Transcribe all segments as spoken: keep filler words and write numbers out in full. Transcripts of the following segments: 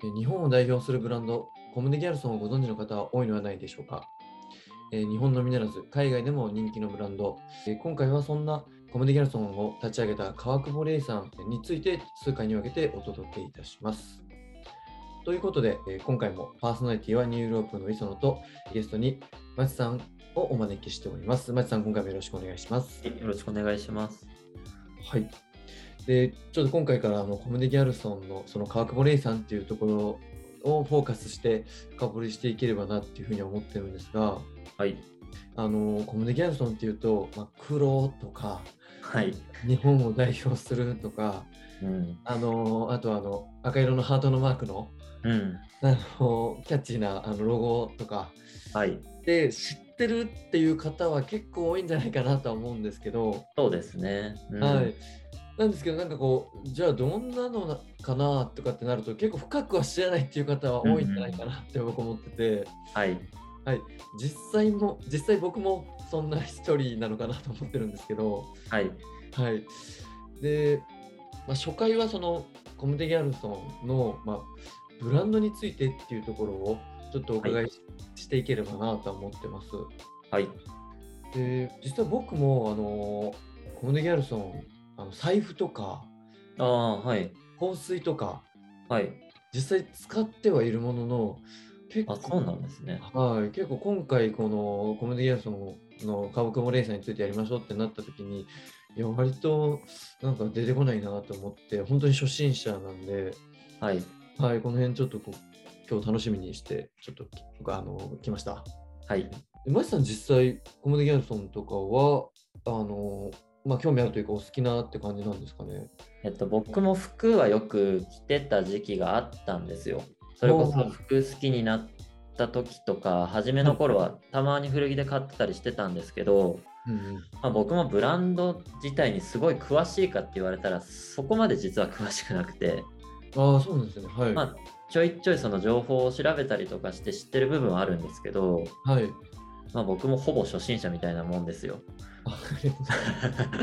えー日本を代表するブランド、コムデ・ギャルソンをご存知の方は多いのではないでしょうか。えー日本のみならず、海外でも人気のブランド。えー今回はそんなコムデ・ギャルソンを立ち上げた川久保玲さんについて数回に分けてお届けいたします。ということで、えー今回もパーソナリティはニューロープの磯野とゲストに松さんをお招きしております。松さん、今回もよろしくお願いします。 はいよろしくお願いします。 はい。で、ちょっと今回からあのコムデ・ギャルソンのその川久保玲さんっていうところをフォーカスして深掘りしていければなっていうふうに思ってるんですが、 はい。 あのコムデ・ギャルソンっていうと、まあ、黒とかはい。 日本を代表するとか、 うん。 あのあとあの赤色のハートのマークの、 うん。 あのキャッチーなあのロゴとかはい。 で知ってるっていう方は結構多いんじゃないかなとは思うんですけど、 そうですね。うん。 はい。なんですけど、なんかこう、じゃあどんなのかなとかってなると、結構深くは知らないっていう方はうんう多いんじゃないかん。 なって僕思ってて、 はい。 はい。実際も、実際僕もそんな一人なのかなと思ってるんですけど、 はい。 はい。で、まあ、初回はそのコムデ・ギャルソンの、まあ、ブランドについてっていうところをちょっとおはい。 伺いしていければなとは思ってます。 はい。 で、実は僕も、あの、コムデ・ギャルソン、あの財布とか、 ああ、はい。 香水とか、 はい。 実際使ってはいるものの、結あ、 構、 そうなんですね。 はい、結構今回、このコメディアンソンの川久保玲さんについてやりましょうってなった時に、いや、割となんか出てこないなと思って、本当に初心者なんで、 はい。 はい、この辺ちょっとこう今日楽しみにして、ちょっとあの来ました。 はい。 でマシさん、実際、コメディアンソンとかは、あの、まあ、興味あるというか、お好きなって感じなんですかね。 えっと、僕も服はよく着てた時期があったんですよ。それこそおー、 服好きになった時とか、初めはい。 の頃はたまに古着で買ってたりしてたんですけど、 うんうん。 まあ、僕もブランド自体にすごい詳しいかって言われたら、そこまで実は詳しくなくて、 ああ、そうなんですね。はい。 まあ、ちょいちょいその情報を調べたりとかして知ってる部分はあるんですけど、 はい。 まあ、僕もほぼ初心者みたいなもんですよ。 あありがとうございます。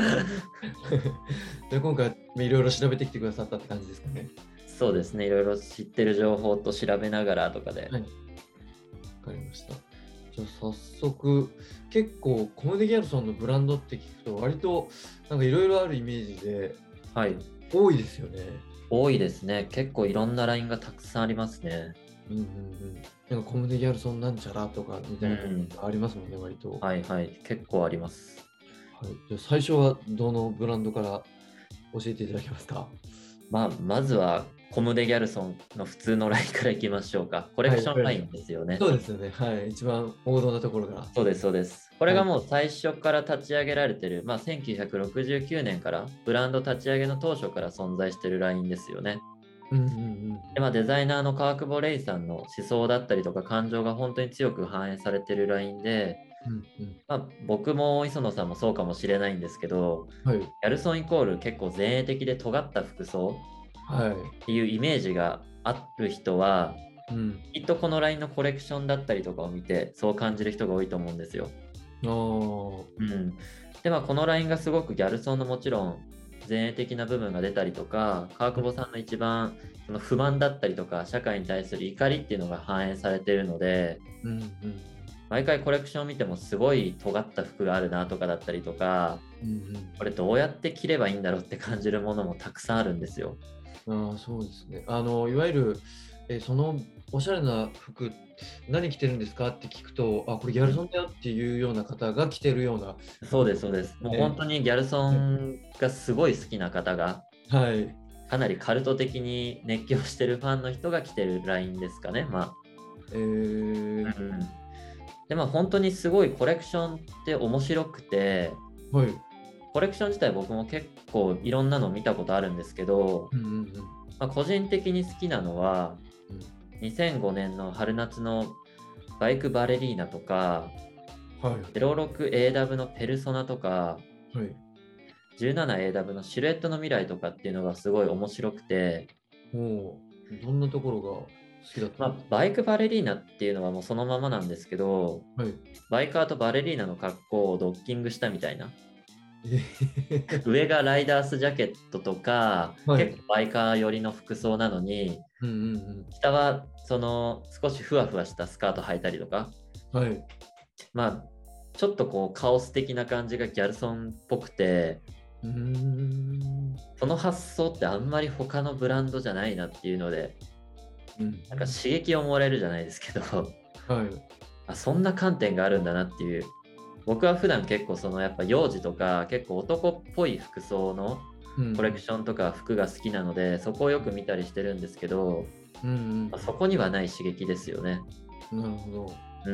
で、今回、いろいろ調べてきてくださったって感じですかね。 そうですね、いろいろ知ってる情報と調べながらとかで。 はい。わかりました。じゃあ、早速、結構、コムデ・ギャルソンのブランドって聞くと、割と、なんかいろいろあるイメージで、 はい。 多いですよね。 多いですね。結構いろんなラインがたくさんありますね。 うんうんうん。なんか、コムデ・ギャルソンなんちゃらとかみうたいなん。 のありますもんね、割と。 はいはい。結構あります。 はい。じゃあ、最初はどのブランドから教えていただけますか？ まあ、まずはコムデ・ギャルソンの普通のラインからいきましょうか。コレはい、 クショわかりました。 ンラインですよね。 そうですよね。はい。一番王道なところから。 そうです、そうです。これはい。 がもう最初から立ち上げられてる、まあ、せんきゅうひゃくろくじゅうきゅうねんからブランド立ち上げの当初から存在してるラインですよね。 うんうんうんで、まあ、デザイナーの川久保玲さんの思想だったりとか感情が本当に強く反映されてるラインで、 うんうんまあ、僕も磯野さんもそうかもしれないんですけど、 はい。 ギャルソンイコール結構前衛的で尖った服装はい。 っていうイメージがある人は、 うん。 きっとこのラインのコレクションだったりとかを見てそう感じる人が多いと思うんですよ。 ああ。 うん。で、まあ、このラインがすごくギャルソンのもちろん前衛的な部分が出たりとか、川久保さんの一番その不満だったりとか、社会に対する怒りっていうのが反映されているので、 うんうん毎回コレクションを見てもすごい尖った服があるなとかだったりとか、 うんこれどうやって着ればいいんだろうって感じるものもたくさんあるんですよ。 うん。ああ、そうですね。あの、いわゆる、え、そのおしゃれな服、何着てるんですかって聞くと、あ、これギャルソンだよっていうような方が着てるような服でそうです、そうです。もうすね。 本当にギャルソンがすごい好きな方が、 はい。 かなりカルト的に熱狂してるファンの人が着てるラインですかね。まえー、 あ。うん。で、まあ本当にすごいコレクションって面白くて、 はい。 コレクション自体僕も結構いろんなの見たことあるんですけど、 うんうんうん。 まあ、個人的に好きなのは、にせんごねんの春夏のバイクバレリーナとか、 うん、はい。 ゼロろくエーダブリュー のペルソナとか、 はい。 じゅうななエーダブリュー のシルエットの未来とかっていうのがすごい面白くて、 もう、どんなところが好きだったまあ、 んですバイクバレリーナっていうのはもうそのままなんですけど、 か？はい。 バイカーとバレリーナの格好をドッキングしたみたいな。 え上がライダースジャケットとか、 はい。 結構バイカー寄りの服装なのに、 うんうん下はその少しふわふわしたスカート履いたりとか、 うん。はい。 まあ、ちょっとこうカオス的な感じがギャルソンっぽくて、 うーん。 その発想ってあんまり他のブランドじゃないなっていうので、 うん。 なんか刺激をもらえるじゃないですけど、 はい。 あ、そんな観点があるんだなっていう。僕は普段結構そのやっぱ幼児とか結構男っぽい服装のコレクうん。 ションとか服が好きなので、そこをよく見たりしてるんですけど、 うんうんまあそこにはない刺激ですよね。 うん。なるほど。 うん、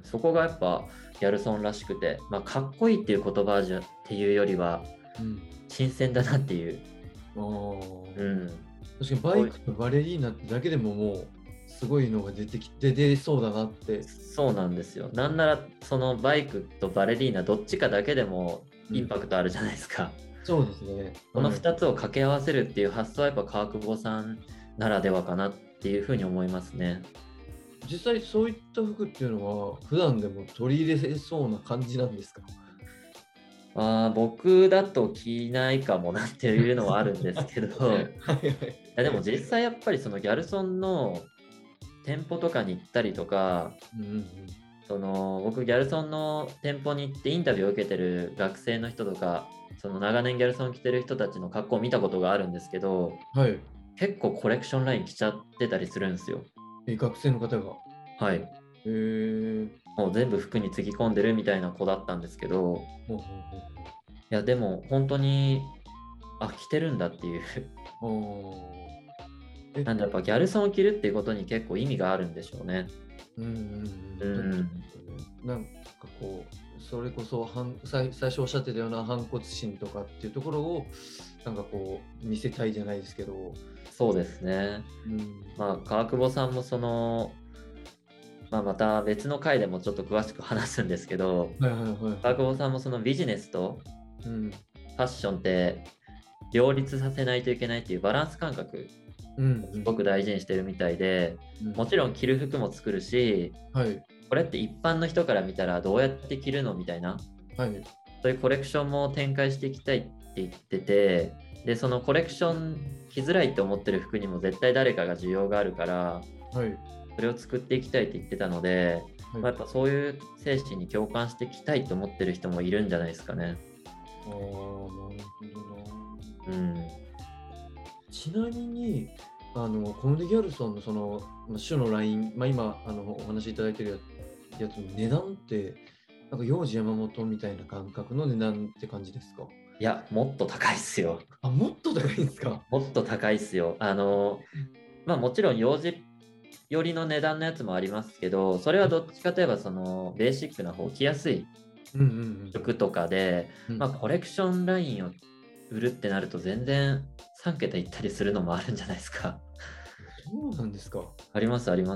そこがやっぱギャルソンらしくて、まあ、かっこいいっていう言葉じゃっていうよりはうん。 新鮮だなっていう、 ああ。 うん、 確かにバそうイクとバレリーナってだけでももうすごいのが出てきて出そうだなって。 そうなんですよ。なんならそのバイクとバレリーナどっちかだけでもインうん。 パクトあるじゃないですか。 そうですね。 このはい。 ふたつを掛け合わせるっていう発想はやっぱ川久保さんならではかなっていうふうに思いますね。 実際そういった服っていうのは普段でも取り入れそうな感じなんですか？ あー僕だと着ないかもなっていうのはあるんですけど、いはいはい。 やでも実際やっぱりそのギャルソンの店舗とかに行ったりとか、 うんうんその僕ギャルソンの店舗に行ってインタビューを受けてる学生の人とか、その長年ギャルソン着てる人たちの格好を見たことがあるんですけど、 うん。はい。 結構コレクションライン着ちゃってたりするんですよ。 え、学生の方が。 はい。 へえ。 もう全部服につぎ込んでるみたいな子だったんですけど、 ほうほういやでも本当に、あ、着てるんだっていう。 ほう。ああ。え、 なんでやっぱギャルソンを着るっていうことに結構意味があるんでしょうね。 うんうんううん。確かん。 にね。なんかこう、それこそ反最最初おっしゃってたような反骨心とかっていうところを、なんかこう見せたいじゃないですけど、 そうですね。 うん。 まあ川久保さんもその、まあ、また別の回でもちょっと詳しく話すんですけど、 はいはいはいはい。 川久保さんもそのビジネスとうん。 ファッションって両立させないといけないっていうバランス感覚うんをすごく大事にしてるみたいで、 うん。うん。 もちろん着る服も作るし、 はい。 これって一般の人から見たらどうやって着るのみたいな、 はい。 そういうコレクションも展開していきたいって言ってて、で、そのコレクション着づらいって思ってる服にも絶対誰かが需要があるから、 はい。 それを作っていきたいって言ってたので、 はい。 まあ、やっぱそういう精神に共感していきたいと思ってる人もいるんじゃないですかね。 ああ、なるほどな。 うん。 ちなみに、あの、コムデ・ギャルソンのその、まあ、種のライン、まあ、今、あの、お話しいただいてるややつの値段って、なんか幼児山本みたいな感覚の値段って感じですか？ いや、もっと高いっすよ。 あ、もっと高いんですか？ もっと高いっすよ。あの、まあもちろん幼児寄りの値段のやつもありますけど、それはどっちかといえばそのベーシックな方、着やすいうんうん服とかで、 うん。うん。 まあコレクションラインを売るってなると全然さん桁いったりするのもあるんじゃないですか。 そうなんですか。 ありますあります。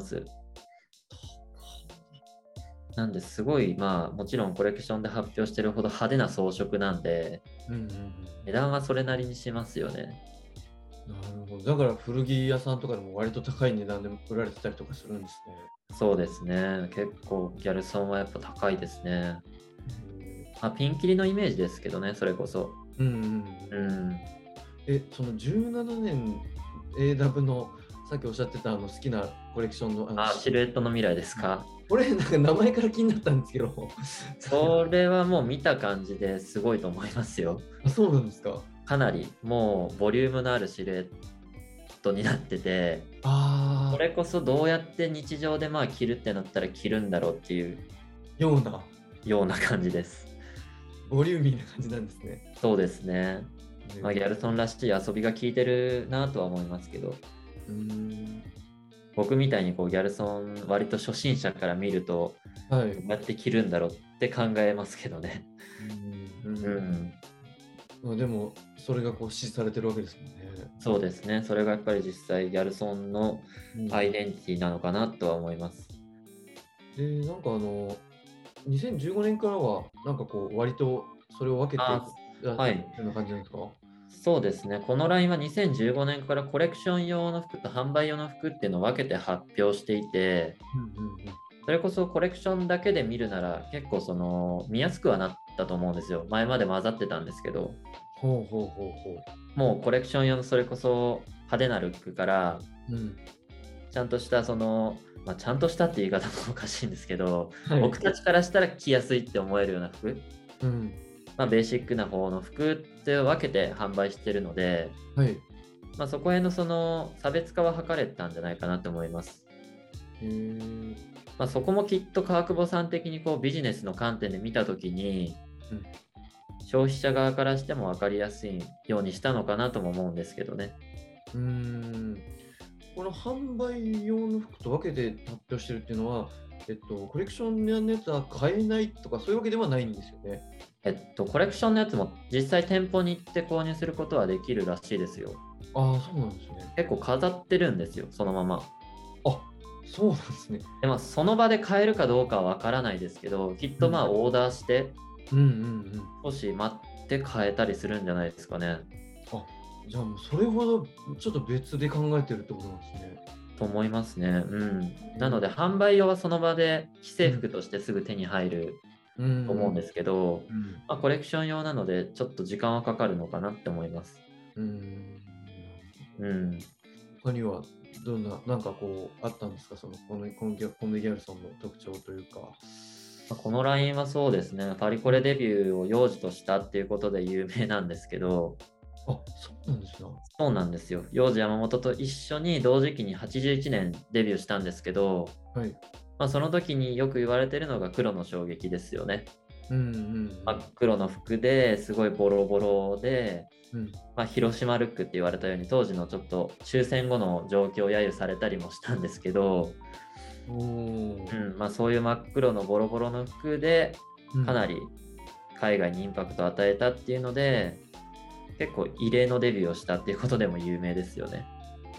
なんですごい、まあもちろんコレクションで発表してるほど派手な装飾なんで、 うんうんうん。 値段はそれなりにしますよね。 なるほど。だから古着屋さんとかでも割と高い値段で売られてたりとかするんですね。 そうですね。結構ギャルソンはやっぱ高いですね。 へまあ、ピンキリのイメージですけどね、それこそ。 ーうんうんうん。 うん。 え、そのじゅうななねん エーダブリュー のさっきおっしゃってたあの好きなコレクションのあのあ、 しシルエットの未来ですか。 これなんか名前から気になったんですけど。 それはもう見た感じですごいと思いますよ。 あ、そうなんですか。 かなりもうボリュームのあるシルエットになってて、こああ、 れこそどうやって日常でまあ着るってなったら着るんだろうっていうようなような感じです。 ボリューミーな感じなんですね。 そうですね。まあ、ギャルねソンらしい遊びが効いてるなとは思いますけど、 うーん。 僕みたいにこうギャルソン割と初心者から見ると、 はい。 どうやって着るんだろうって考えますけどね。 うん、ううん。 まあ、でも、それがこう支持されてるわけですもんね。 そうですね。それがやっぱり実際ギャルソンのうん。 アイデンティティなのかなとは思います。 で、なんかあの、にせんじゅうごねんからは、なんかこう、割とそれを分けてあ、 やってるはい。 ような感じなんですか？ そうですね。このラインはにせんじゅうごねんからコレクション用の服と販売用の服っていうのを分けて発表していて、 うんうんうん。 それこそコレクションだけで見るなら結構その見やすくはなったと思うんですよ。前まで混ざってたんですけど、 ほうほうほうほもうコレクション用のそれこそ派手なルックから、 う。うん。 ちゃんとしたその、まあ、ちゃんとしたって言い方もおかしいんですけど、 はい。 僕たちからしたら着やすいって思えるような服、 うん。 まあ、ベーシックな方の服って分けて販売してるので、 はい。 まあ、そこへのその差別化は図れたんじゃないかなと思います。 へえ。 まあ、そこもきっと川久保さん的にこうビジネスの観点で見たときに、 うん。 消費者側からしても分かりやすいようにしたのかなとも思うんですけどね。 うーん。この販売用の服と分けて発表してるっていうのは、えっと、コレクションのやつは買えないとかそういうわけではないんですよね。 えっと、コレクションのやつも実際店舗に行って購入することはできるらしいですよ。 ああ、そうなんですね。 結構飾ってるんですよ、そのまま。 あ、そうなんですね。 で、まあ、その場で買えるかどうかは分からないですけど、きっとまあオーダーしてうんうんうん。 少し待って買えたりするんじゃないですかね。 あ、じゃあもうそれほどちょっと別で考えてるってことなんですね。 と思いますね。うん。なので、販売用はその場で既製服としてすぐ手に入るうん。 と思うんですけど、 うん。 まあ、コレクション用なので、ちょっと時間はかかるのかなって思います。 うん。 うん。 他にはどんな、なんかこう、あったんですか、その、このコンギャコンビギャルソンの特徴というか。 まあこのラインはそうですね、パリコレデビューを幼児としたっていうことで有名なんですけど、 あ、そうなんですね。 そうなんですよ。幼児山本と一緒に同時期にはちじゅういちねんデビューしたんですけど、 はい。 まあ、その時によく言われてるのが黒の衝撃ですよね。 うんうん真っ黒の服ですごいボロボロで、 うん。うん。 まあ、広島ルックって言われたように当時のちょっと終戦後の状況を揶揄されたりもしたんですけど、 おお。 うんまあ、そういう真っ黒のボロボロの服でうんかなり海外にインパクトを与えたっていうので、結構異例のデビューをしたっていうことでも有名ですよね。 うん。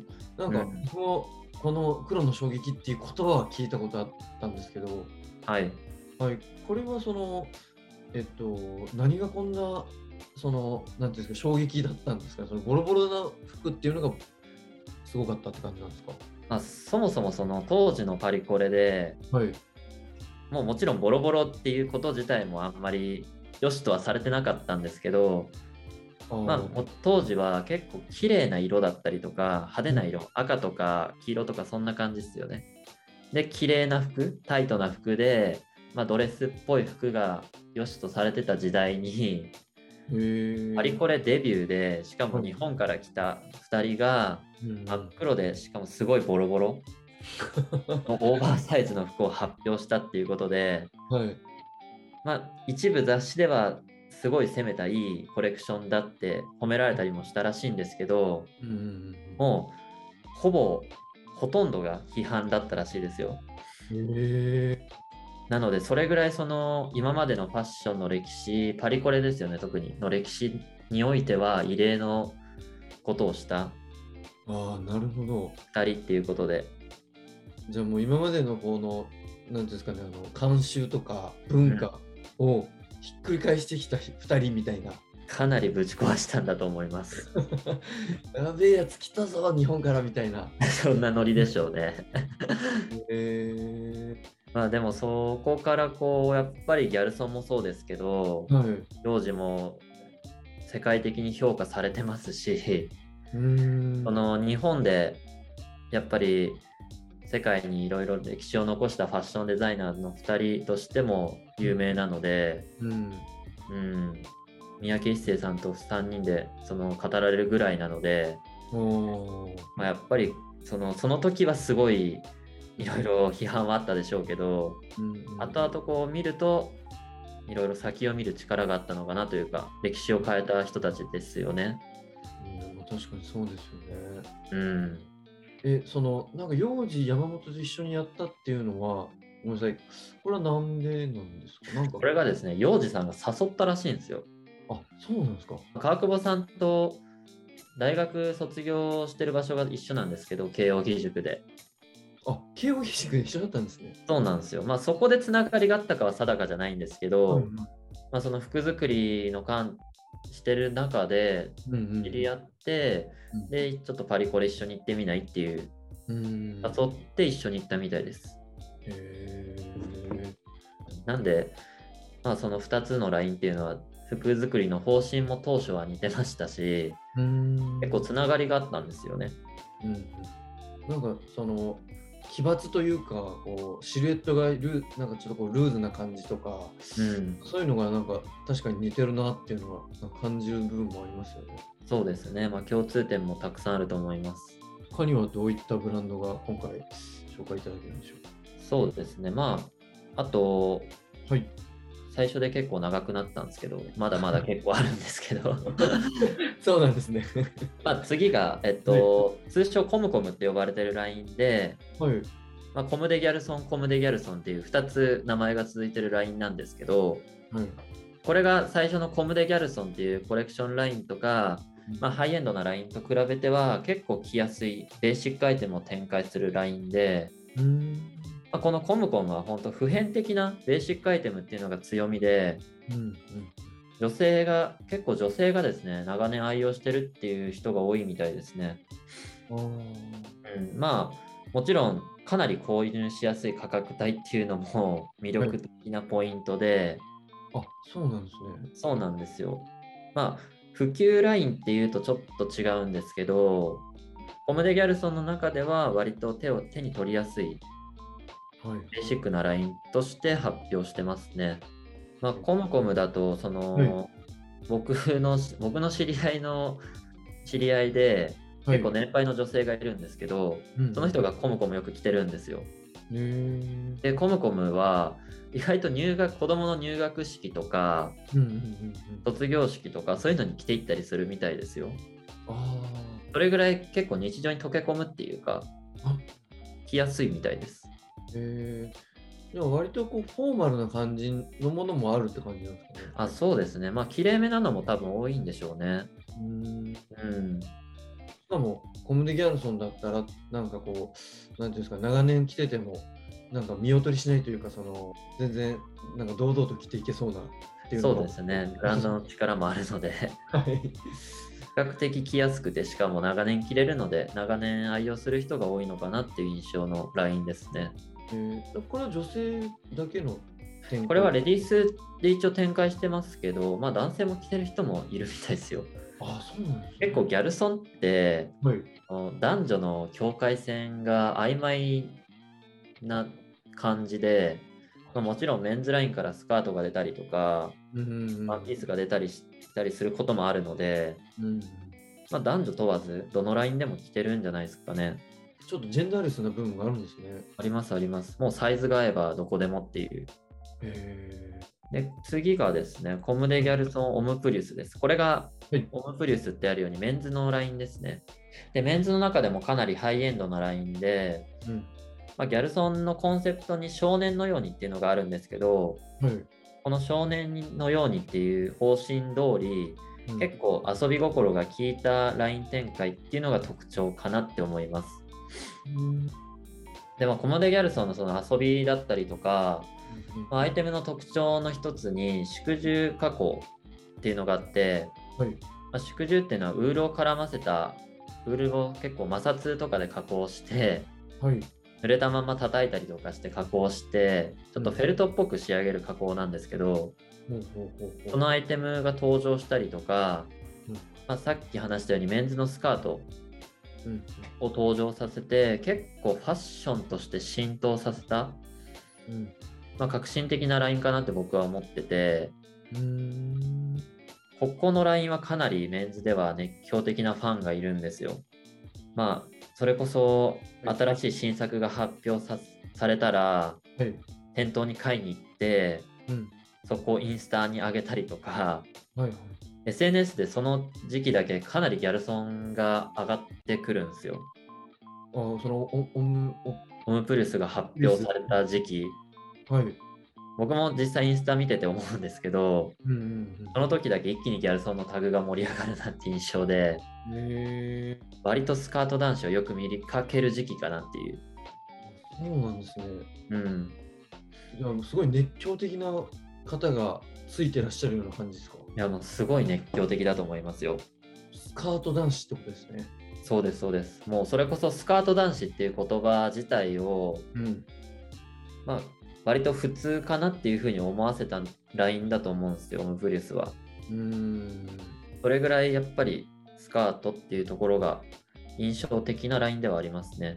なんか、 うん僕もこの黒の衝撃っていう言葉は聞いたことあったんですけど、 はい。 はい、これはその、えっと、何がこんな、その、なんていうんですか、衝撃だったんですか、そのボロボロな服っていうのがすごかったって感じなんですか。 まあ、そもそもその当時のパリコレではい。 もうもちろんボロボロっていうこと自体もあんまり良しとはされてなかったんですけど、 あまあ、 あ、 も当時は結構綺麗な色だったりとか派手うん、 な色、赤とか黄色とかそんな感じですよね。で、綺麗な服、タイトな服で、まあ、ドレスっぽい服が良しとされてた時代に、 へえ。 パリコレデビューで、しかもはい。 日本から来たふたりがうんうん。 真っ黒で、しかもすごいボロボロのオーバーサイズの服を発表したっていうことで、 はい。 まあ、一部雑誌ではすごい攻めたいいコレクションだって褒められたりもしたらしいんですけど、 うんうんうんもうほぼほとんどが批判だったらしいですよ。 うん。へえ。 なのでそれぐらいその今までのファッションの歴史、パリコレですよね、特にの歴史においては異例のことをしたああ、なるほど。 ふたりっていうことで、 じゃあもう今までのこの、なんていうんですかね、あの、慣習とかうん文化をひっくり返してきたふたりみたいな。 かなりぶち壊したんだと思います。 やべえやつ来たぞ、日本からみたいな。 そんなノリでしょうね。 へえ。 まあでもそこからこうやっぱりギャルソンもそうですけど、 はい。う幼児も世界的に評価されてますし、 ーん。 この日本でやっぱり世界にいろいろ歴史を残したファッションデザイナーのふたりとしても有名なので、 うん。 うん、三宅一生さんとさんにんでその語られるぐらいなので、 おー。 まあ、やっぱりそのその時はすごいいろいろ批判はあったでしょうけど、 うんうん、 後々こう見るといろいろ先を見る力があったのかなというか、歴史を変えた人たちですよね。 うん、確かにそうですよね。 うん。 え、その、なんか幼児山本と一緒にやったっていうのは、ごめんなさい。これはなんでなんですか、なんか。 これがですね、幼児さんが誘ったらしいんですよ。 あ、そうなんですか。 川久保さんと大学卒業してる場所が一緒なんですけど、慶應義塾で。 あ、慶應義塾で一緒だったんですね。 そうなんですよ。まあそこでつながりがあったかは定かじゃないんですけど、 はい。 まあ、その服作りの関してる中でうん知り合って、 うんで、ちょっとパリコレ一緒に行ってみないっていう、 うん。うん。 誘って一緒に行ったみたいです。 へえ。 なんで、 まあ、そのふたつのラインっていうのは服作りの方針も当初は似てましたし、 うーん。 結構つながりがあったんですよね。 うんうん。なんかその奇抜というか、こうシルエットがルなんかちょっとこうルーズな感じとか、 うん、 そういうのがなんか確かに似てるなっていうのはなんか感じる部分もありますよね。 そうですね。まあ、共通点もたくさんあると思います。 他にはどういったブランドが今回紹介いただけるんでしょうか。 そうですね。まあ、あと、 はい。 最初で結構長くなったんですけど、まだまだ結構あるんですけど、 そうなんですね。 まあ次が、えっはい。 と、通称コムコムって呼ばれてるラインで、 はい。 まあ、コムデギャルソン、コムデギャルソンっていうふたつ名前が続いてるラインなんですけど、 はい。 これが最初のコムデギャルソンっていうコレクションラインとか、まあ、ハイエンドなラインと比べては結構着やすいベーシックアイテムを展開するラインで、 うーん。 まあ、このコムコムは本当普遍的なベーシックアイテムっていうのが強みで、 うん。うん。 女性が、結構女性がですね、長年愛用してるっていう人が多いみたいですね。 ああ。 うん、まあ、もちろんかなり購入しやすい価格帯っていうのも魅はい。 力的なポイントで、 あ、そうなんですね。 そうなんですよ。まあ、普及ラインっていうとちょっと違うんですけど、コムデ・ギャルソンの中では割と手を手に取りやすいはい。 ベーシックなラインとして発表してますね。まあ、コムコムだと、そはい。 の、僕の、僕の知り合いの知り合いで、 はい。 結構年配の女性がいるんですけど、 うん。 その人がコムコムよく着てるんですよ。 うん。へえ。 で、コムコムは、意外と入学、子供の入学式とか、 うんうんうんうん。 卒業式とか、そういうのに着ていったりするみたいですよ。 あそれぐらい結構日常に溶け込むっていうか、 あ。あ、 着やすいみたいです。 へえ。でも割とこうフォーマルな感じのものもあるって感じなんですかね。 あ、そうですね。まあ、綺麗めなのも多分多いんでしょうね。 うーん。しうん。 かもコムデ・ギャルソンだったら、なんかこう、なんていうんですか、長年着てても、なんか見劣りしないというか、その、全然なんか堂々と着ていけそうなっていうのそうもですね。ブ良さそう。 ランドの力もあるので、 はい。 比較的着やすくて、しかも長年着れるので、長年愛用する人が多いのかなっていう印象のラインですね。 えー、これは女性だけの展開。 これはレディースで一応展開してますけど、まあ男性も着てる人もいるみたいですよ。 あ、そうなんですね。 結構ギャルソンって、 はい。 男女の境界線が曖昧な感じで、まあ、もちろんメンズラインからスカートが出たりとか、 うんうんワンピースが出たりしたりすることもあるので、 うん。うん。 まあ、男女問わずどのラインでも着てるんじゃないですかね。 ちょっとジェンダーレスな部分があるんですね。 ありますあります。もうサイズが合えばどこでもっていう。 へで、次がですね、コムデ・ギャルソン・オムプリウスです。これがえ。はい。 オムプリウスってあるようにメンズのラインですね。で、メンズの中でもかなりハイエンドなラインで、 うん。 まあ、ギャルソンのコンセプトに少年のようにっていうのがあるんですけど、 はい。 この少年のようにっていう方針通り、 うん。 結構遊び心が効いたライン展開っていうのが特徴かなって思います。 うん。 でもコモデ・ギャルソンのその遊びだったりとか、 うんまあアイテムの特徴の一つに縮重加工っていうのがあって、 はい。 まあ、縮重っていうのはウールを絡ませたウールを結構摩擦とかで加工してはい。 濡れたまま叩いたりとかして加工してちょっとフェルトっぽく仕上げる加工なんですけど、 ほうほうほうほう。 そのアイテムが登場したりとか、 うんまあ、さっき話したようにメンズのスカートうんを登場させて結構ファッションとして浸透させた、 うんまあ、革新的なラインかなって僕は思ってて、 うん。うーん。 ここのラインはかなりメンズでは熱狂的なファンがいるんですよ。まあそれこそはい。 新しい新作が発表さ、されたらはい。 店頭に買いに行ってうん。 そこをインスタに上げたりとか、 はいはい。 エスエヌエス でその時期だけかなりギャルソンが上がってくるんですよ。 ああ、その、お、おむ、お、 オムプルスが発リス。 表された時期、 はい。 僕も実際インスタ見てて思うんですけど、 うんうんその時だけ一気にギャルソンのタグが盛り上がるなって印象で、 うん。へえ。 割とスカート男子をよく見かける時期かなっていう。 そうなんですね。 うん。 いや、すごい熱狂的な方がついてらっしゃるような感じですか？ いやもうすごい熱狂的だと思いますよ。 スカート男子ってことですね。 そうですそうです。もうそれこそスカート男子っていう言葉自体を、 うん。 まあ割と普通かなっていうふうに思わせたラインだと思うんですよ、オムプリウスは。 うーん。 それぐらいやっぱりスカートっていうところが印象的なラインではありますね。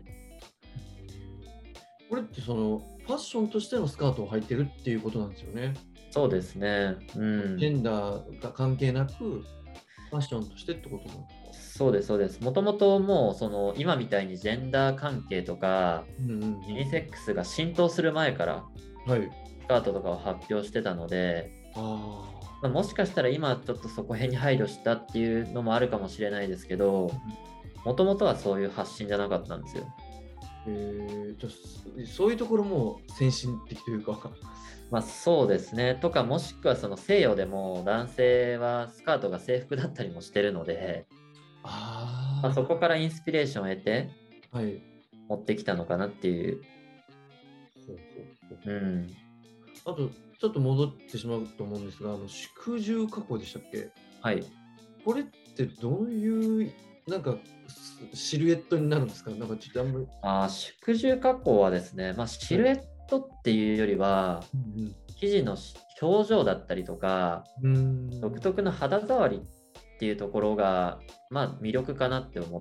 これってそのファッションとしてのスカートを履いてるっていうことなんですよね。 そうですね。うジん。 ェンダーが関係なく、ファッションとしてってことなんですか？ そうです、そうです。もともともうその今みたいにジェンダー関係とかうんうんうん。 ユニセックスが浸透する前からはい。 スカートとかを発表してたので、 あまあ、もしかしたら今ちょっとそこ辺に配慮したっていうのもあるかもしれないですけど、もともとはそういう発信じゃなかったんですよ。 あ。えー、じゃあそそういうところも先進的というか。 まあそうですね。とかもしくはその西洋でも男性はスカートが制服だったりもしてるので、まあ、そあこからインスピレーションを得てあ。はい。 持ってきたのかなっていう。 ほうほうほう。 うん。 あと、ちょっと戻ってしまうと思うんですが、あの縮重加工でしたっけ？ はい。 これってどういうなんかスシルエットになるんですか？なんかちょっとあんまり。 あー縮重加工はですね、まあ、シルエットっていうよりは、 うん生地のし表情だったりとか、 うん。うーん。 独特の肌触りっていうところが、まあ、魅力かなって思って、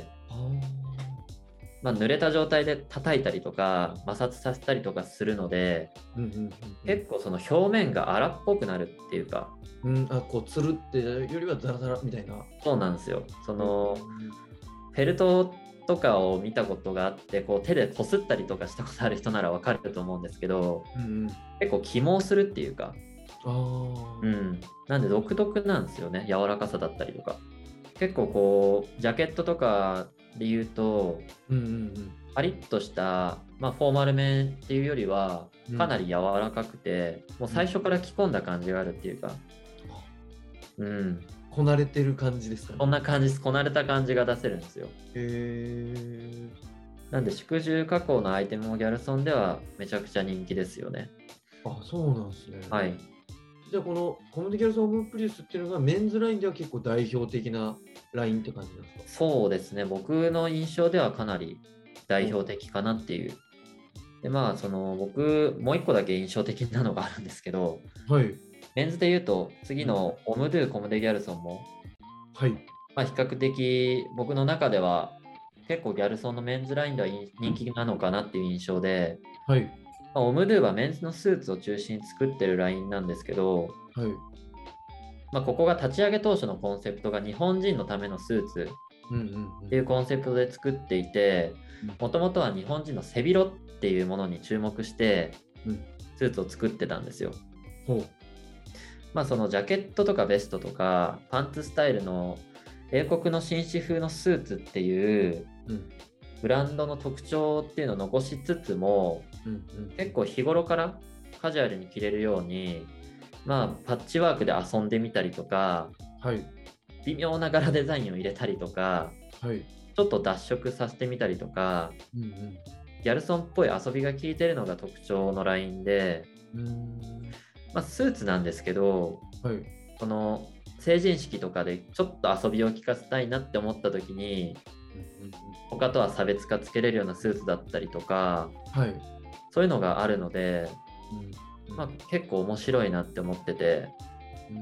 ああ。 まあ、濡れた状態で叩いたりとか摩擦させたりとかするので、 うんうん結構その表面が荒っぽくなるっていうか、 うんうん。うん、あ、こうつるってよりはザラザラみたいな。 そうなんですよ。そのうんフェルトとかを見たことがあって、こう手でこすったりとかしたことある人ならわかると思うんですけど、 うん。 結構起毛するっていうか、 ああ。 うん、なんで独特なんですよね、柔らかさだったりとか。結構こうジャケットとかで言うと、 うんうんパリッとした、まあ、フォーマルめっていうよりはうん。 かなり柔らかくて、もう最初から着込んだ感じがあるっていうか、うん、 こなれてる感じですかね。 こんな感じです。こなれた感じが出せるんですよ。 へえ。 なんで縮重加工のアイテムもギャルソンではめちゃくちゃ人気ですよね。 あ、そうなんですね。 はい。 じゃあこのコムデギャルソンオムプリウスっていうのがメンズラインでは結構代表的なラインって感じなんですか？ そうですね。僕の印象ではかなり代表的かなっていう。で、まあ、その僕、もう一個だけ印象的なのがあるんですけど、 はい。 メンズで言うと、次のオムドゥコムデギャルソンも、 はい。 まあ、比較的僕の中では結構ギャルソンのメンズラインでは人気なのかなっていう印象で、 はい。 まあ、オムドゥはメンズのスーツを中心に作ってるラインなんですけど、 はい。 まあ、ここが立ち上げ当初のコンセプトが日本人のためのスーツうんうんうん。 っていうコンセプトで作っていて、もともとは日本人の背広っていうものに注目してうんスーツを作ってたんですよ。 ほう。 まあそのジャケットとかベストとかパンツスタイルの英国の紳士風のスーツっていううんブランドの特徴っていうのを残しつつも、 うんうん。 結構日頃からカジュアルに着れるように、まあパッチワークで遊んでみたりとか、 はい。 微妙な柄デザインを入れたりとか、 はい。 ちょっと脱色させてみたりとか、 うんうんギャルソンっぽい遊びが効いてるのが特徴のラインで、 うーん。 まあ、スーツなんですけど、 はい。 この成人式とかでちょっと遊びを効かせたいなって思った時に、 うんうん他とは差別化つけれるようなスーツだったりとか、 うん。はい。 そういうのがあるので、 うんまあ、結構面白いなって思ってて、 うん。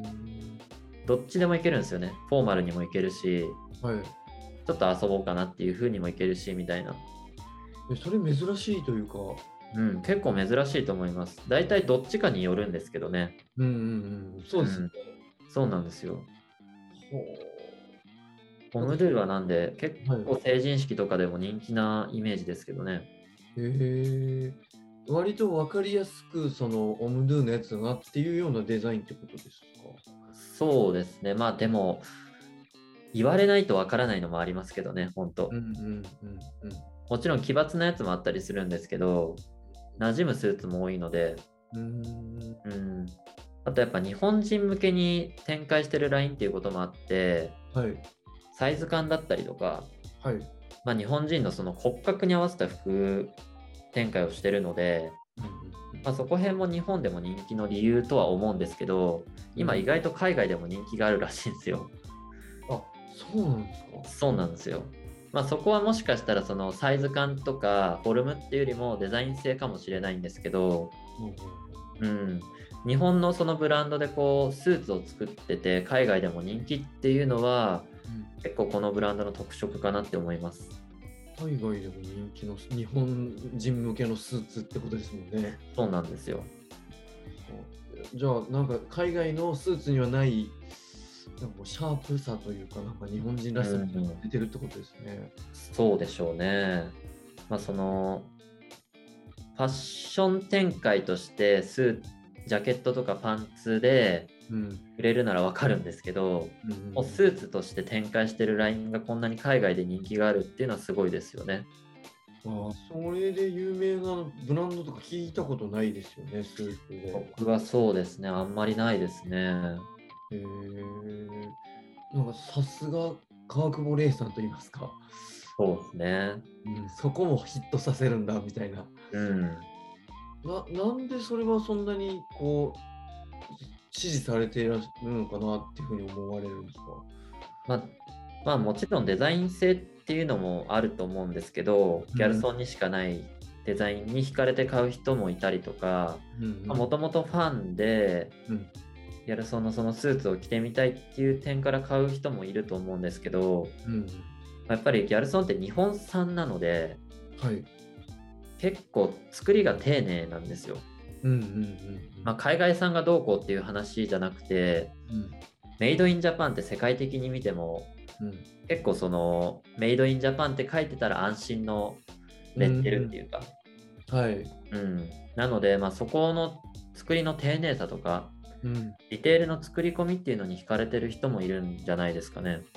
どっちでもいけるんですよね。フォーマルにもいけるし、 はい。 ちょっと遊ぼうかなっていう風にもいけるし、みたいな。 え、それ珍しいというか。 うん、結構珍しいと思います。大体どっちかによるんですけどね。 うんうんうん。そうですね。 そうなんですよ。 ほオムドゥはなんで結う。はい。 構成人式とかでも人気なイメージですけどね。 へえ。割と分かりやすくそのオムドゥのやつだなっていうようなデザインってことですか？ そうですね。まあでも、言われないとわからないのもありますけどね、本当。 うんうんうんもちろん奇抜なやつもあったりするんですけど、馴染むスーツも多いので、 うん。うーん。 うん。あとやっぱ日本人向けに展開してるラインっていうこともあって、 はい。 サイズ感だったりとか、 はい。 まあ日本人のその骨格に合わせた服展開をしてるので、 うんうんまあ、そこ辺も日本でも人気の理由とは思うんですけど、今意外と海外でも人気があるらしいんですよ。 あ、そうなんですか？ そうなんですよ。 まあ、そこはもしかしたらそのサイズ感とかフォルムっていうよりもデザイン性かもしれないんですけど、うん、日本のそのブランドでこうスーツを作ってて海外でも人気っていうのはうん結構このブランドの特色かなって思います。 海外でも人気の日本人向けのスーツってことですもんね。 そうなんですよ。 じゃあなんか海外のスーツにはないなんかこうシャープさというか、なんか日本人らしさが出てるってことですね。 そうでしょうね。まあそのファッション展開としてスージャケットとかパンツでうん売れるならわかるんですけど、 うんうんもうスーツとして展開してるラインがこんなに海外で人気があるっていうのはすごいですよね。 ああ、それで有名なブランドとか聞いたことないですよね、スーツで。 僕はそうですね、あんまりないですね。 へえ。なんかさすが川久保玲さんと言いますか、 そうですね。 うん、そこもヒットさせるんだみたいな。 うん。 な、なんでそれはそんなにこう支持されていらっしゃるのかなっていうふうに思われるんですか？ まあ、まあもちろんデザイン性っていうのもあると思うんですけど、ギャルソンにしかないデザインに惹かれて買う人もいたりとか、もともとファンでうんギャルソンのそのスーツを着てみたいっていう点から買う人もいると思うんですけど、 うんやっぱりギャルソンって日本産なのではい。 結構作りが丁寧なんですよ。 うんうんうんまあ、海外産がどうこうっていう話じゃなくて、 うんメイドインジャパンって世界的に見てもうん結構そのメイドインジャパンって書いてたら安心のレッテルっていうか、 はい。 うん、なので、まあ、そこの作りの丁寧さとかうんディテールの作り込みっていうのに惹かれてる人もいるんじゃないですかね。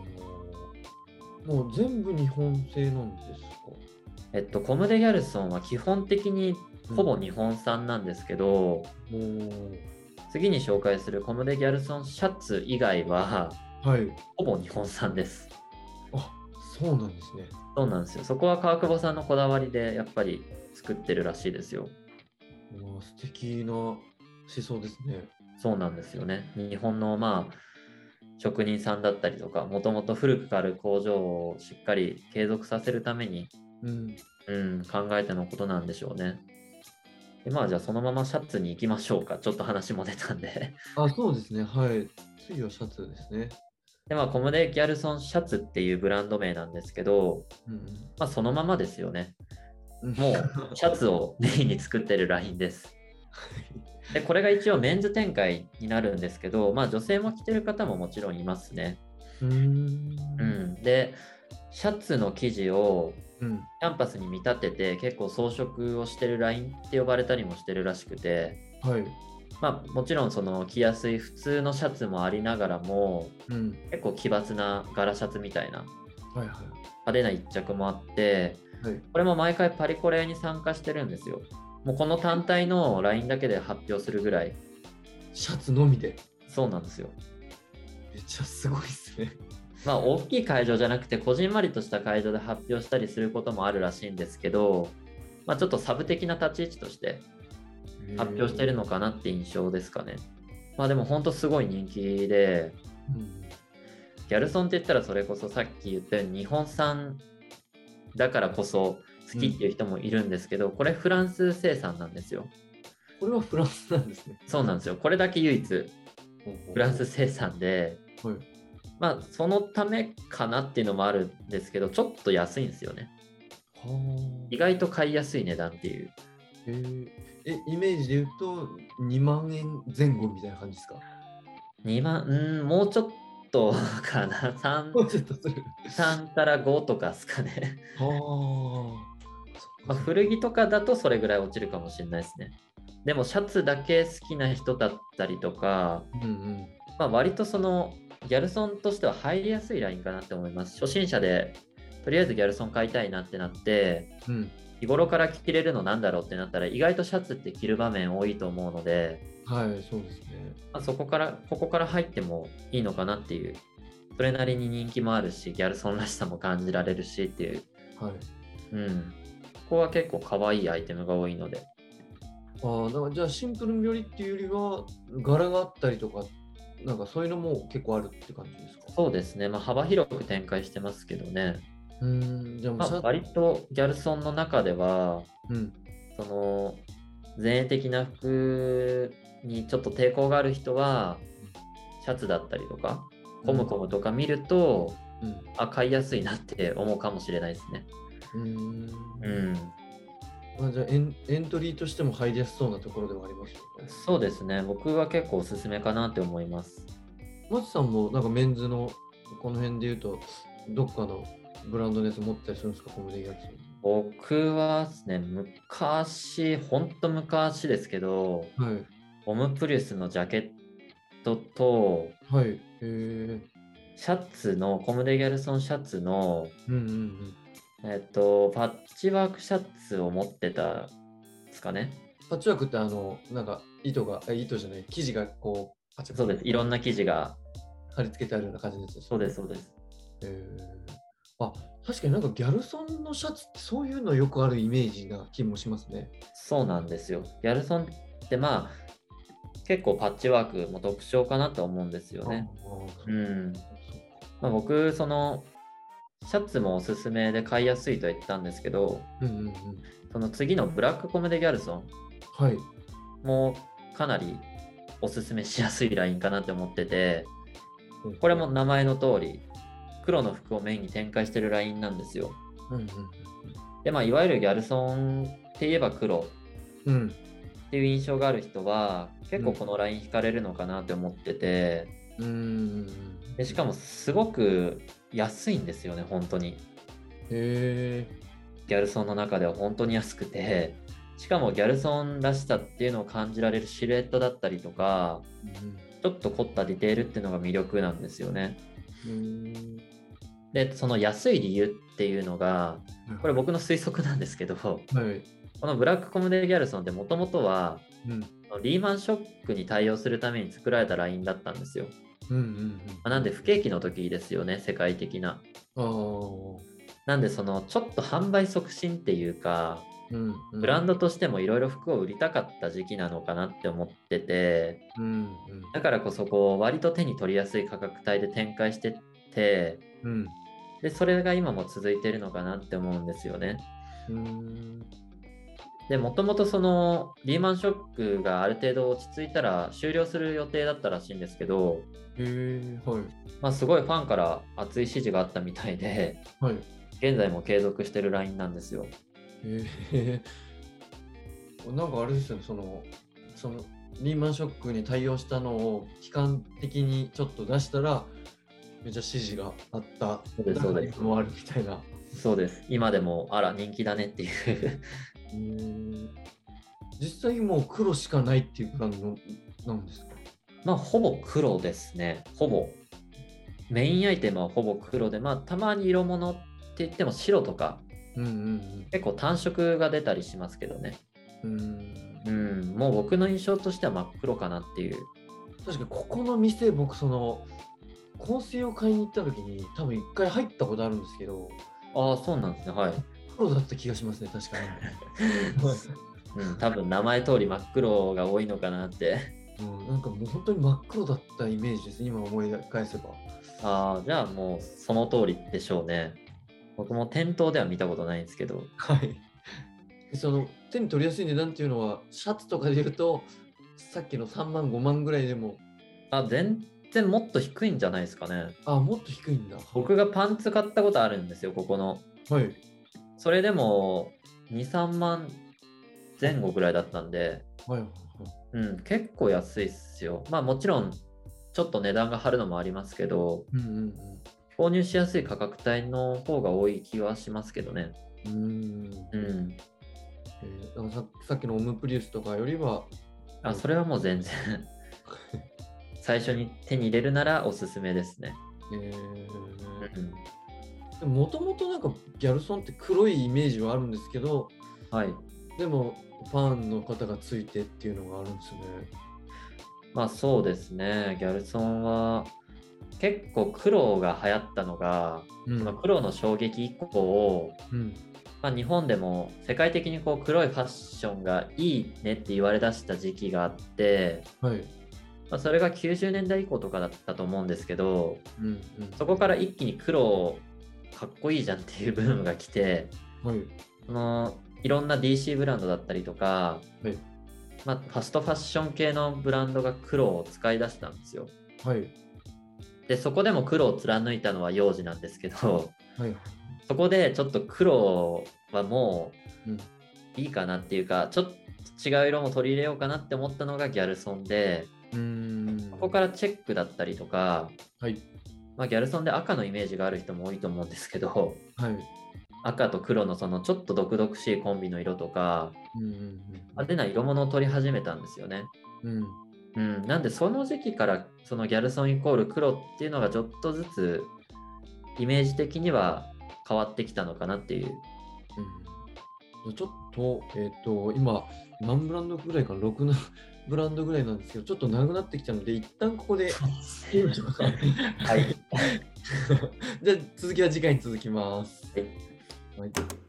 もう全部日本製なんですか？ えっとコム・デ・ギャルソンは基本的にほぼ日本産なんですけど、 もう次に紹介するコム・デ・ギャルソンシャツ以外ははい。 ほぼ日本産です。 あ、そうなんですね。 そうなんですよ。そこは川久保さんのこだわりでやっぱり作ってるらしいですよ。 もう素敵な思想ですね。 そうなんですよね。日本のまあ職人さんだったりとか、もともと古くからある工場をしっかり継続させるために、 うん。 うん、考えてのことなんでしょうね。でまあじゃあそのままシャツに行きましょうか。ちょっと話も出たんで。 あ、そうですね。はい。次はシャツですね。 でまあコムデ・ギャルソンシャツっていうブランド名なんですけど、 うんまあそのままですよね。 うん。 もうシャツをメインに作ってるラインです。でこれが一応メンズ展開になるんですけど、まあ女性も着てる方ももちろんいますね。 うーん。 うん、でシャツの生地をうん。 キャンパスに見立てて結構装飾をしてるラインって呼ばれたりもしてるらしくて、 はい。 まあもちろんその着やすい普通のシャツもありながらもうん。 結構奇抜な柄シャツみたいなはいは派手な一着もあって、 い。はい。 これも毎回パリコレに参加してるんですよ。もうこの単体のラインだけで発表するぐらい。 シャツのみで。 そうなんですよ。 めっちゃすごいですね。 まあ大きい会場じゃなくてこじんまりとした会場で発表したりすることもあるらしいんですけど、まあ、ちょっとサブ的な立ち位置として発表してるのかなって印象ですかね。まあでも本当すごい人気で、 うん。 ギャルソンって言ったらそれこそさっき言ったように日本産だからこそ好きっていう人もいるんですけど、これフランス生産なんですよ。 これはフランスなんですね。 そうなんですよ。これだけ唯一フランス生産で、 はい。 まあそのためかなっていうのもあるんですけど、ちょっと安いんですよね。 は意外と買いやすい値段っていう。 あ。えー、え、イメージで言うとにまんえんぜん後みたいな感じですか？ にまん、うん、もうちょっとかな。さん、 もうちょっとする。 さんからごとかですかね。 はあ。 まあ、古着とかだとそれぐらい落ちるかもしれないですね。でもシャツだけ好きな人だったりとか、 うんうん。 まあ、割とそのギャルソンとしては入りやすいラインかなって思います。初心者でとりあえずギャルソン買いたいなってなって、 うん。 日頃から着れるのなんだろうってなったら意外とシャツって着る場面多いと思うので、 はい、そうですね。 まあ、そこからここから入ってもいいのかなっていう、それなりに人気もあるしギャルソンらしさも感じられるしっていう、 はい。 うん、ここは結構可愛いアイテムが多いので。 ああ、だからじゃあシンプルよりっていうよりは柄があったりとか、なんかそういうのも結構あるって感じですか？ そうですね、まあ、幅広く展開してますけどね。 うーん、じゃあもうまあ、 シャ割とギャルソンの中では、 うん。 その前衛的な服にちょっと抵抗がある人は、シャツだったりとか、コムコムとか見ると、 うん。 あ、買いやすいなって思うかもしれないですね。 うーん。 うん。 まあ、じゃあエン、エントリーとしても入りやすそうなところではありますよね。 そうですね。僕は結構おすすめかなって思います。 マチさんもなんかメンズのこの辺で言うと、どっかのブランドのやつ持ったりするんですか、コムデギャル僕はですね、昔、ほんと昔ですけど、 ソン。はい。 オムプリウスのジャケットと、 はい。へえ。 シャツの、コムデ・ギャルソンシャツの、 うんうんうん。 えっと、パッチワークシャツを持ってたんですかね。 パッチワークってあの、なんか糸が、あ糸じゃない、生地がこう、パチパチそうです。いろんな生地が。 貼り付けてあるような感じのやつですよね。 そうです、そうです。 へえ。あ、確かになんかギャルソンのシャツってそういうのよくあるイメージな気もしますね。 そうなんですよ。ギャルソンってまあ、結構パッチワークも特徴かなと思うんですよああ、 ね。 そううん。まあ、僕、その、シャツもおすすめで買いやすいとは言ったんですけど、 うんうんうん。 その次のブラックコムデ・ギャルソンはい。 もかなりおすすめしやすいラインかなって思ってて、これも名前の通り、黒の服をメインに展開してるラインなんですよ。 うんうんで、まあ、いわゆるギャルソンって言えば黒うん。うん。 っていう印象がある人は、結構このライン惹かれるのかなって思ってて、 うんうんでしかもすごく安いんですよね、本当に。 へえ。 ギャルソンの中では本当に安くて、しかもギャルソンらしさっていうのを感じられるシルエットだったりとか、ちょっと凝ったディテールっていうのが魅力なんですよね。 うん。 で、その安い理由っていうのが、これ僕の推測なんですけど、こはい。 のブラックコムデ・ギャルソンってもともとは、 うん。 リーマンショックに対応するために作られたラインだったんですよ。 うんうんまあなんで不景気の時ですよね、世界的な。 うん。ああ。 なんでそのちょっと販売促進っていうか、 うんうん。 ブランドとしてもいろいろ服を売りたかった時期なのかなって思ってて、 うんうん。 だからこそこう割と手に取りやすい価格帯で展開してって、 うん。 で、それが今も続いてるのかなって思うんですよね。 うん。 で、もともとそのリーマンショックがある程度落ち着いたら終了する予定だったらしいんですけど、 へえ。はい。 まあすごいファンから熱い支持があったみたいで、 はい。 現在も継続してるラインなんですよ。 へえ。なんかあれですよね、その、そのリーマンショックに対応したのを期間的にちょっと出したら、めっちゃ支持があった。 そうです、そうです。 もあるみたいな。 そうです。今でも、あら、人気だねっていううーん。実際もう黒しかないっていうブランドなんですか？ まあ、ほぼ黒ですね。ほぼ。メインアイテムはほぼ黒で、まあ、たまに色物って言っても白とか、 うんうん結構単色が出たりしますけどね。 うん。うーん。 うん、もう僕の印象としては真っ黒かなっていう。 確かにここの店、僕その香水を買いに行った時に多分一回入ったことあるんですけど、 ああ、そうなんですね。はい。 黒だった気がしますね、確かに。 うん、多分名前通り真っ黒が多いのかなって。 うん、なんかもう本当に真っ黒だったイメージです、今思い返せば。 ああ、じゃあもうその通りでしょうね。僕も店頭では見たことないんですけど。 はい。その手に取りやすい値段っていうのは、シャツとかで言うと、さっきのさんまん、ごまんぐらいでも、 あ、全然もっと低いんじゃないですかね。 あ、もっと低いんだ。 僕がパンツ買ったことあるんですよ、ここの。 はい。 それでもに、さんまんぜん後ぐらいだったんで、 はいはいうん、結構安いっすよ。まあもちろん、ちょっと値段が張るのもありますけど、 うんうん購入しやすい価格帯の方が多い気はしますけどね。 うん。うーん。 うん。 えーだからささっきのオムプリウスとかよりは、 あ、それはもう全然最初に手に入れるならおすすめですね。 えうん。 ー、もともとなんかギャルソンって黒いイメージはあるんですけど、 はい。 でもファンの方がついてっていうのがあるんですね。 まあそうですね。ギャルソンは結構黒が流行ったのが、 うんその黒の衝撃以降、 うんまあ、日本でも世界的にこう黒いファッションがいいねって言われだした時期があって、 はい。 まあ、それがきゅうじゅうねんだい以降とかだったと思うんですけど、 うんうんそこから一気に黒かっこいいじゃんっていうブームが来て、 はい。 そのいろんな ディーシー ブランドだったりとか、 はい。 まあ、ファストファッション系のブランドが黒を使い出したんですよ。 はい。 で、そこでも黒を貫いたのは幼児なんですけど、 はい。 そこでちょっと黒はもうん。 ういいかなっていうか、ちょっと違う色も取り入れようかなって思ったのがギャルソンで、 うーん。 ここからチェックだったりとか、 はい。 まあ、ギャルソンで赤のイメージがある人も多いと思うんですけど、 はい。 赤と黒のそのちょっと毒々しいコンビの色とか、 うんうん派手な色物を取り始めたんですよね。 うん。うん。 うん、なんでその時期からそのギャルソンイコール黒っていうのがちょっとずつイメージ的には変わってきたのかなっていう。 うん、ちょっと、えっ、と、今、何ブランドぐらいかな、ろくなブランドぐらいなんですけど、ちょっっと長くなってきたので、一旦ここで切りましょうか。 はい。 じゃあ、続きは次回に続きます。はい。